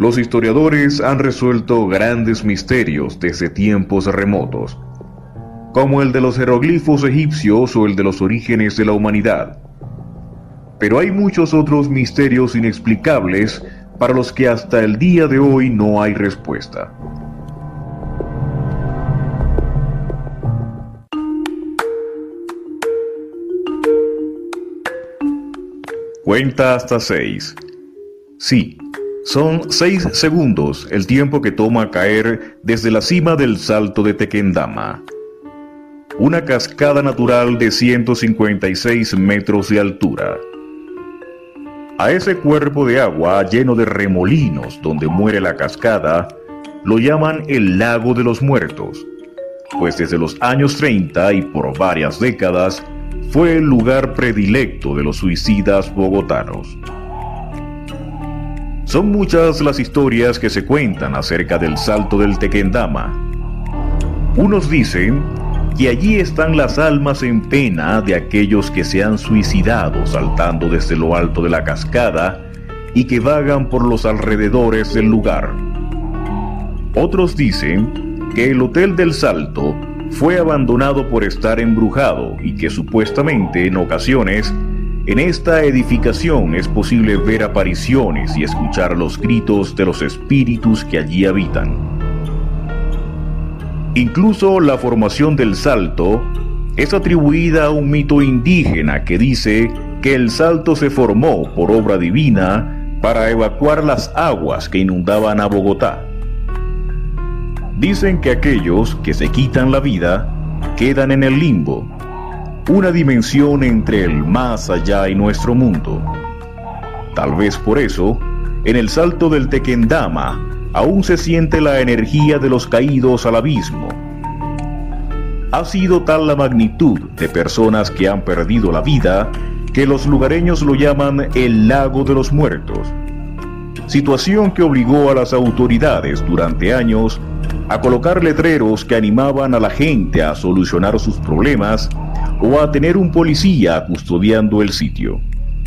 Los historiadores han resuelto grandes misterios desde tiempos remotos, como el de los jeroglifos egipcios o el de los orígenes de la humanidad. Pero hay muchos otros misterios inexplicables para los que hasta el día de hoy no hay respuesta. Cuenta hasta 6. Sí, son 6 segundos el tiempo que toma caer desde la cima del Salto de Tequendama, una cascada natural de 156 metros de altura. A ese cuerpo de agua lleno de remolinos donde muere la cascada, lo llaman el Lago de los Muertos, pues desde los años 30 y por varias décadas fue el lugar predilecto de los suicidas bogotanos. Son muchas las historias que se cuentan acerca del Salto del Tequendama. Unos dicen que allí están las almas en pena de aquellos que se han suicidado saltando desde lo alto de la cascada y que vagan por los alrededores del lugar. Otros dicen que el Hotel del Salto fue abandonado por estar embrujado y que supuestamente en ocasiones en esta edificación es posible ver apariciones y escuchar los gritos de los espíritus que allí habitan. Incluso la formación del Salto es atribuida a un mito indígena que dice que el Salto se formó por obra divina para evacuar las aguas que inundaban a Bogotá. Dicen que aquellos que se quitan la vida quedan en el limbo, una dimensión entre el más allá y nuestro mundo. Tal vez por eso, en el Salto del Tequendama aún se siente la energía de los caídos al abismo. Ha sido tal la magnitud de personas que han perdido la vida que los lugareños lo llaman el Lago de los Muertos, situación que obligó a las autoridades durante años a colocar letreros que animaban a la gente a solucionar sus problemas o a tener un policía custodiando el sitio.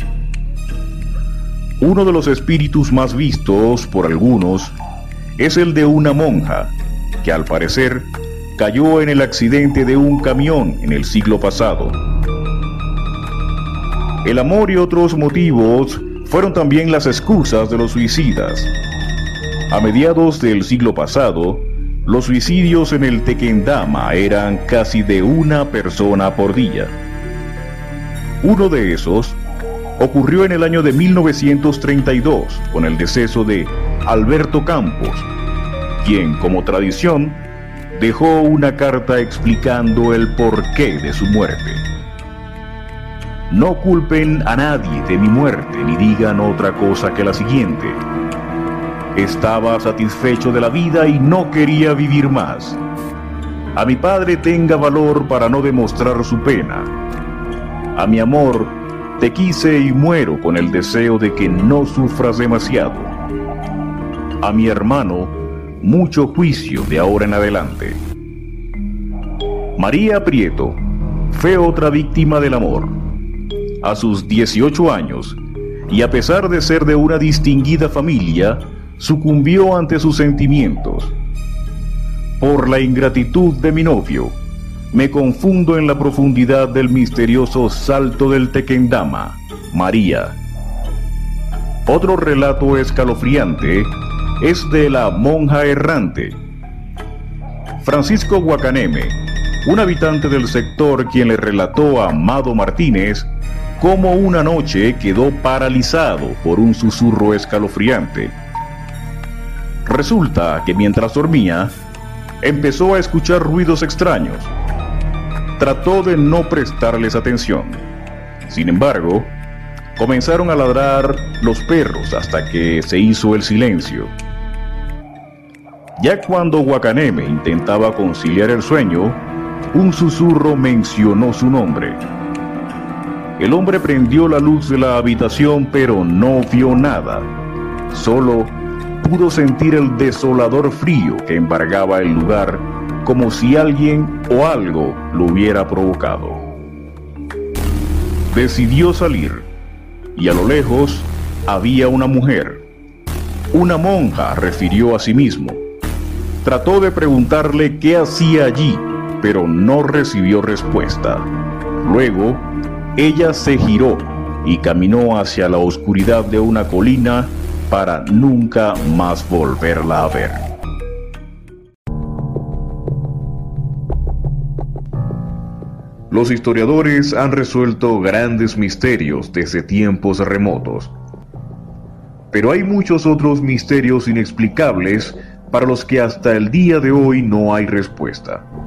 Uno de los espíritus más vistos por algunos es el de una monja que al parecer cayó en el accidente de un camión en el siglo pasado. El amor y otros motivos fueron también las excusas de los suicidas. A mediados del siglo pasado, los suicidios en el Tequendama eran casi de una persona por día. Uno de esos ocurrió en el año de 1932 con el deceso de Alberto Campos, quien, como tradición, dejó una carta explicando el porqué de su muerte. No culpen a nadie de mi muerte ni digan otra cosa que la siguiente: estaba satisfecho de la vida y no quería vivir más. A mi padre tenga valor para no demostrar su pena. A mi amor, te quise y muero con el deseo de que no sufras demasiado. A mi hermano, mucho juicio de ahora en adelante. María Prieto fue otra víctima del amor. A sus 18 años, y a pesar de ser de una distinguida familia, sucumbió ante sus sentimientos. Por la ingratitud de mi novio, me confundo en la profundidad del misterioso Salto del Tequendama, María. Otro relato escalofriante es de la monja errante. Francisco Guacaneme, un habitante del sector, quien le relató a Amado Martínez cómo una noche quedó paralizado por un susurro escalofriante. Resulta que mientras dormía, empezó a escuchar ruidos extraños. Trató de no prestarles atención. Sin embargo, comenzaron a ladrar los perros hasta que se hizo el silencio. Ya cuando Guacaneme intentaba conciliar el sueño, un susurro mencionó su nombre. El hombre prendió la luz de la habitación, pero no vio nada. Solo pudo sentir el desolador frío que embargaba el lugar, como si alguien o algo lo hubiera provocado. Decidió salir, y a lo lejos había una mujer. Una monja, refirió a sí mismo. Trató de preguntarle qué hacía allí, pero no recibió respuesta. Luego, ella se giró y caminó hacia la oscuridad de una colina para nunca más volverla a ver. Los historiadores han resuelto grandes misterios desde tiempos remotos, pero hay muchos otros misterios inexplicables para los que hasta el día de hoy no hay respuesta.